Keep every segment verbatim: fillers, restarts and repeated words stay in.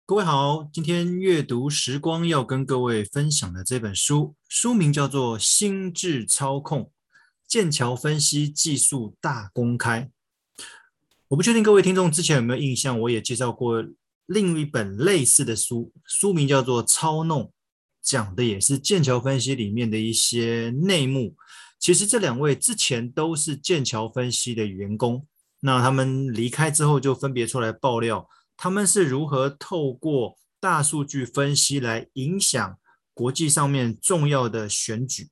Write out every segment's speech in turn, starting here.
各位好，今天阅读时光要跟各位分享的这本书，书名叫做《心智操控：剑桥分析技术大公开》。我不确定各位听众之前有没有印象，我也介绍过另一本类似的书，书名叫做《操弄》，讲的也是剑桥分析里面的一些内幕。其实这两位之前都是剑桥分析的员工，那他们离开之后就分别出来爆料，他们是如何透过大数据分析来影响国际上面重要的选举。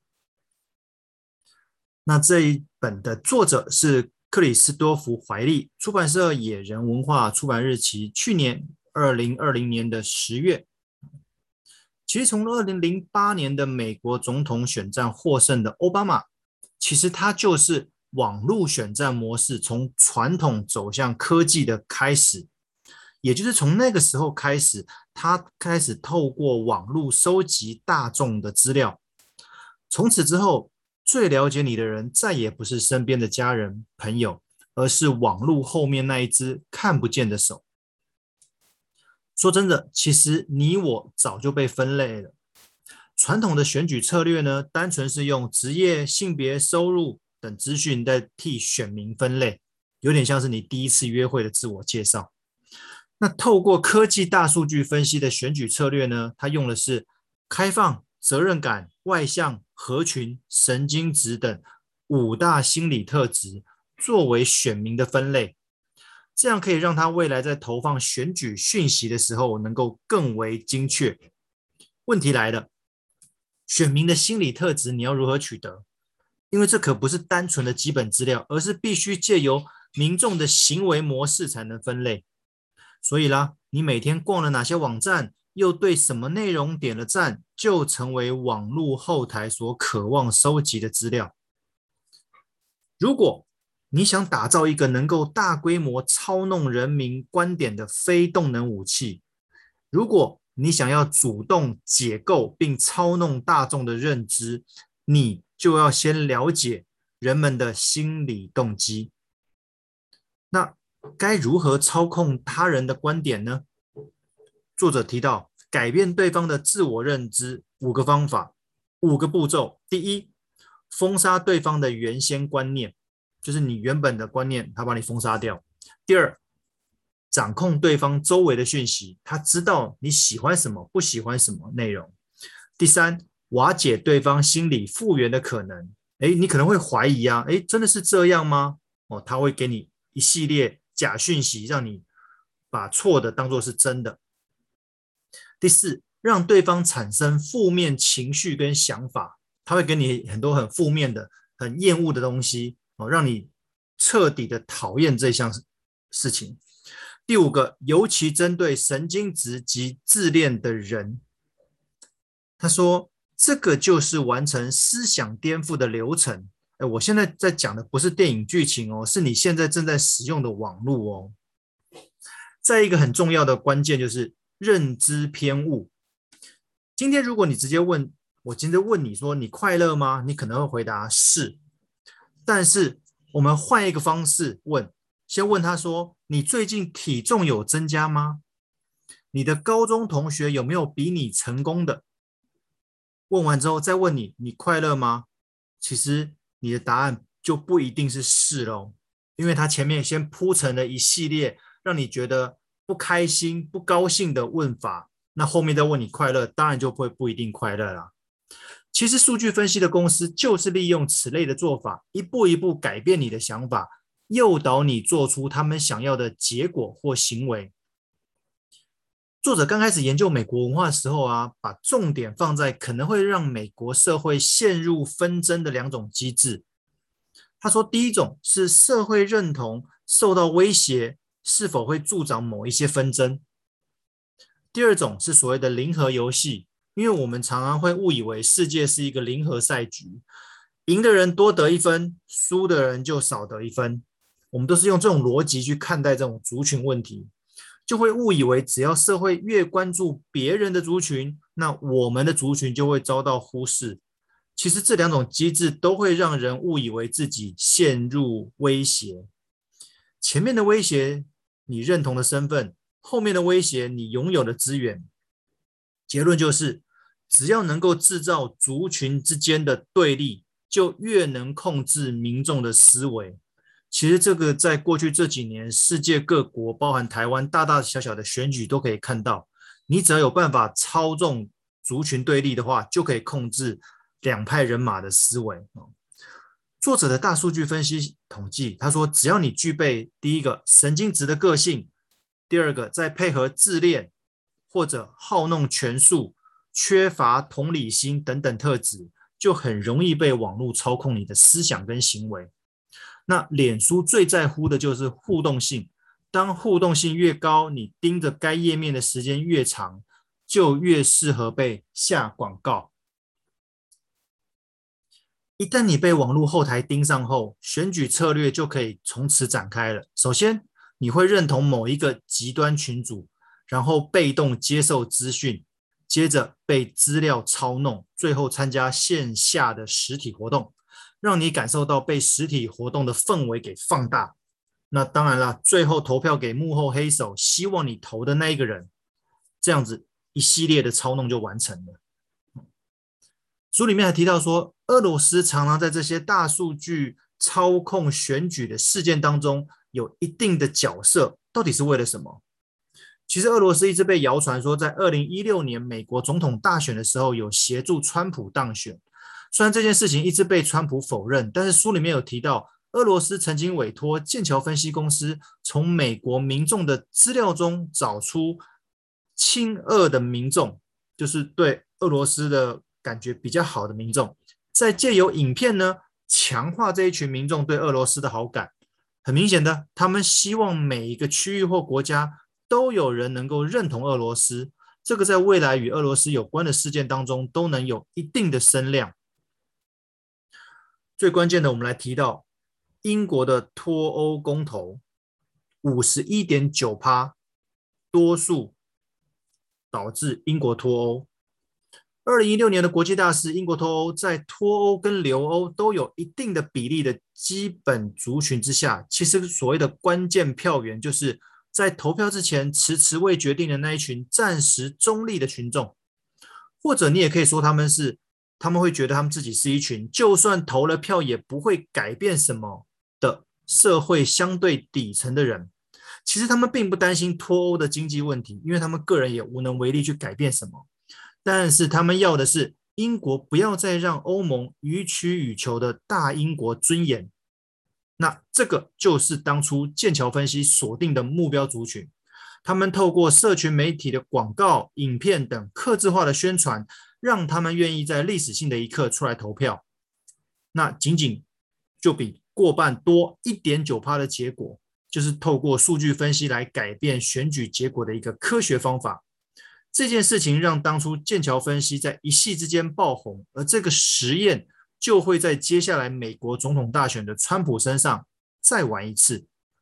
那这一本的作者是克里斯多福·怀利，出版社野人文化，出版日期去年二零二零年的十月。其实从二零零八年的美国总统选战获胜的奥巴马，其实他就是网络选战模式从传统走向科技的开始，也就是从那个时候开始，他开始透过网络收集大众的资料。从此之后，最了解你的人再也不是身边的家人朋友，而是网络后面那一只看不见的手。说真的，其实你我早就被分类了。传统的选举策略呢，单纯是用职业、性别、收入等资讯在替选民分类，有点像是你第一次约会的自我介绍。那透过科技大数据分析的选举策略呢，它用的是开放、责任感、外向、合群、神经质等五大心理特质作为选民的分类，这样可以让他未来在投放选举讯息的时候能够更为精确。问题来了，选民的心理特质你要如何取得？因为这可不是单纯的基本资料，而是必须借由民众的行为模式才能分类。所以啦，你每天逛了哪些网站，又对什么内容点了赞，就成为网络后台所渴望收集的资料。如果你想打造一个能够大规模操弄人民观点的非动能武器，如果你想要主动解构并操弄大众的认知，你就要先了解人们的心理动机。那该如何操控他人的观点呢？作者提到，改变对方的自我认知五个方法，五个步骤。第一，封杀对方的原先观念，就是你原本的观念，他把你封杀掉。第二，掌控对方周围的讯息，他知道你喜欢什么，不喜欢什么内容。第三，瓦解对方心理复原的可能。诶，你可能会怀疑啊，诶，真的是这样吗？哦，他会给你一系列假讯息，让你把错的当作是真的。第四，让对方产生负面情绪跟想法，他会给你很多很负面的、很厌恶的东西，哦，让你彻底的讨厌这项事情。第五个，尤其针对神经质及自恋的人，他说这个就是完成思想颠覆的流程。哎，我现在在讲的不是电影剧情哦，是你现在正在使用的网络哦。再一个很重要的关键就是认知偏误。今天如果你直接问我，今天问你说你快乐吗？你可能会回答是，但是我们换一个方式问，先问他说，你最近体重有增加吗？你的高中同学有没有比你成功的？问完之后再问你，你快乐吗？其实你的答案就不一定是是咯，因为他前面先铺陈了一系列让你觉得不开心、不高兴的问法，那后面再问你快乐，当然就会不一定快乐啦。其实数据分析的公司就是利用此类的做法，一步一步改变你的想法，诱导你做出他们想要的结果或行为。作者刚开始研究美国文化的时候啊，把重点放在可能会让美国社会陷入纷争的两种机制。他说，第一种是社会认同受到威胁，是否会助长某一些纷争。第二种是所谓的零和游戏，因为我们常常会误以为世界是一个零和赛局，赢的人多得一分，输的人就少得一分。我们都是用这种逻辑去看待这种族群问题，就会误以为只要社会越关注别人的族群，那我们的族群就会遭到忽视。其实这两种机制都会让人误以为自己陷入威胁。前面的威胁，你认同的身份， 后面的威胁你拥有的资源。结论就是，只要能够制造族群之间的对立，就越能控制民众的思维。其实这个在过去这几年，世界各国，包含台湾大大小小的选举都可以看到，你只要有办法操纵族群对立的话，就可以控制两派人马的思维。作者的大数据分析统计，他说，只要你具备第一个神经质的个性，第二个再配合自恋或者好弄权术、缺乏同理心等等特质，就很容易被网络操控你的思想跟行为。那脸书最在乎的就是互动性，当互动性越高，你盯着该页面的时间越长，就越适合被下广告。一旦你被网络后台盯上后，选举策略就可以从此展开了。首先，你会认同某一个极端群组，然后被动接受资讯，接着被资料操弄，最后参加线下的实体活动，让你感受到被实体活动的氛围给放大。那当然了，最后投票给幕后黑手，希望你投的那一个人，这样子一系列的操弄就完成了。书里面还提到说，俄罗斯常常在这些大数据操控选举的事件当中有一定的角色，到底是为了什么？其实俄罗斯一直被谣传说，在二零一六年美国总统大选的时候有协助川普当选。虽然这件事情一直被川普否认，但是书里面有提到，俄罗斯曾经委托剑桥分析公司从美国民众的资料中找出亲俄的民众，就是对俄罗斯的感觉比较好的民众，再借由影片呢，强化这一群民众对俄罗斯的好感。很明显的，他们希望每一个区域或国家都有人能够认同俄罗斯，这个在未来与俄罗斯有关的事件当中都能有一定的声量。最关键的，我们来提到英国的脱欧公投 百分之五十一点九 多数导致英国脱欧。二零一六年的国际大事，英国脱欧，在脱欧跟留欧都有一定的比例的基本族群之下，其实所谓的关键票源就是在投票之前迟迟未决定的那一群暂时中立的群众，或者你也可以说他们是，他们会觉得他们自己是一群就算投了票也不会改变什么的社会相对底层的人。其实他们并不担心脱欧的经济问题，因为他们个人也无能为力去改变什么。但是他们要的是英国不要再让欧盟予取予求的大英国尊严。那这个就是当初剑桥分析锁定的目标族群，他们透过社群媒体的广告、影片等客制化的宣传，让他们愿意在历史性的一刻出来投票。那仅仅就比过半多 一点九 的结果，就是透过数据分析来改变选举结果的一个科学方法。这件事情让当初剑桥分析在一夕之间爆红，而这个实验就会在接下来美国总统大选的川普身上再玩一次。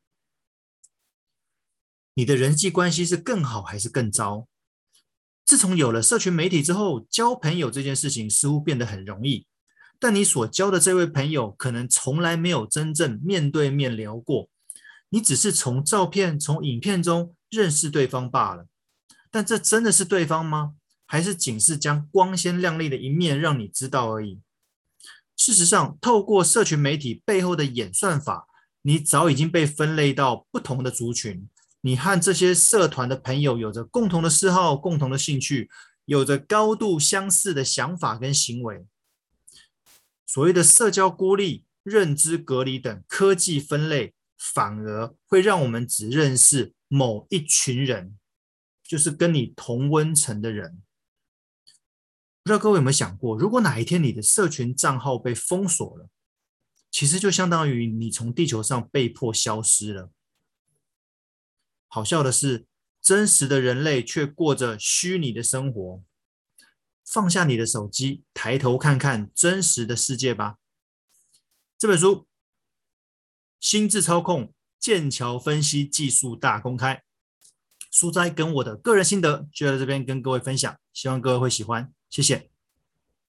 你的人际关系是更好还是更糟？自从有了社群媒体之后，交朋友这件事情似乎变得很容易，但你所交的这位朋友可能从来没有真正面对面聊过，你只是从照片、从影片中认识对方罢了。但这真的是对方吗？还是仅是将光鲜亮丽的一面让你知道而已？事实上，透过社群媒体背后的演算法，你早已经被分类到不同的族群。你和这些社团的朋友有着共同的嗜好、共同的兴趣，有着高度相似的想法跟行为。所谓的社交孤立、认知隔离等科技分类，反而会让我们只认识某一群人，就是跟你同温层的人。不知道各位有没有想过，如果哪一天你的社群账号被封锁了，其实就相当于你从地球上被迫消失了。好笑的是，真实的人类却过着虚拟的生活。放下你的手机，抬头看看真实的世界吧。这本书《心智操控：剑桥分析技术大公开》，书斋跟我的个人心得就在这边跟各位分享，希望各位会喜欢，谢谢。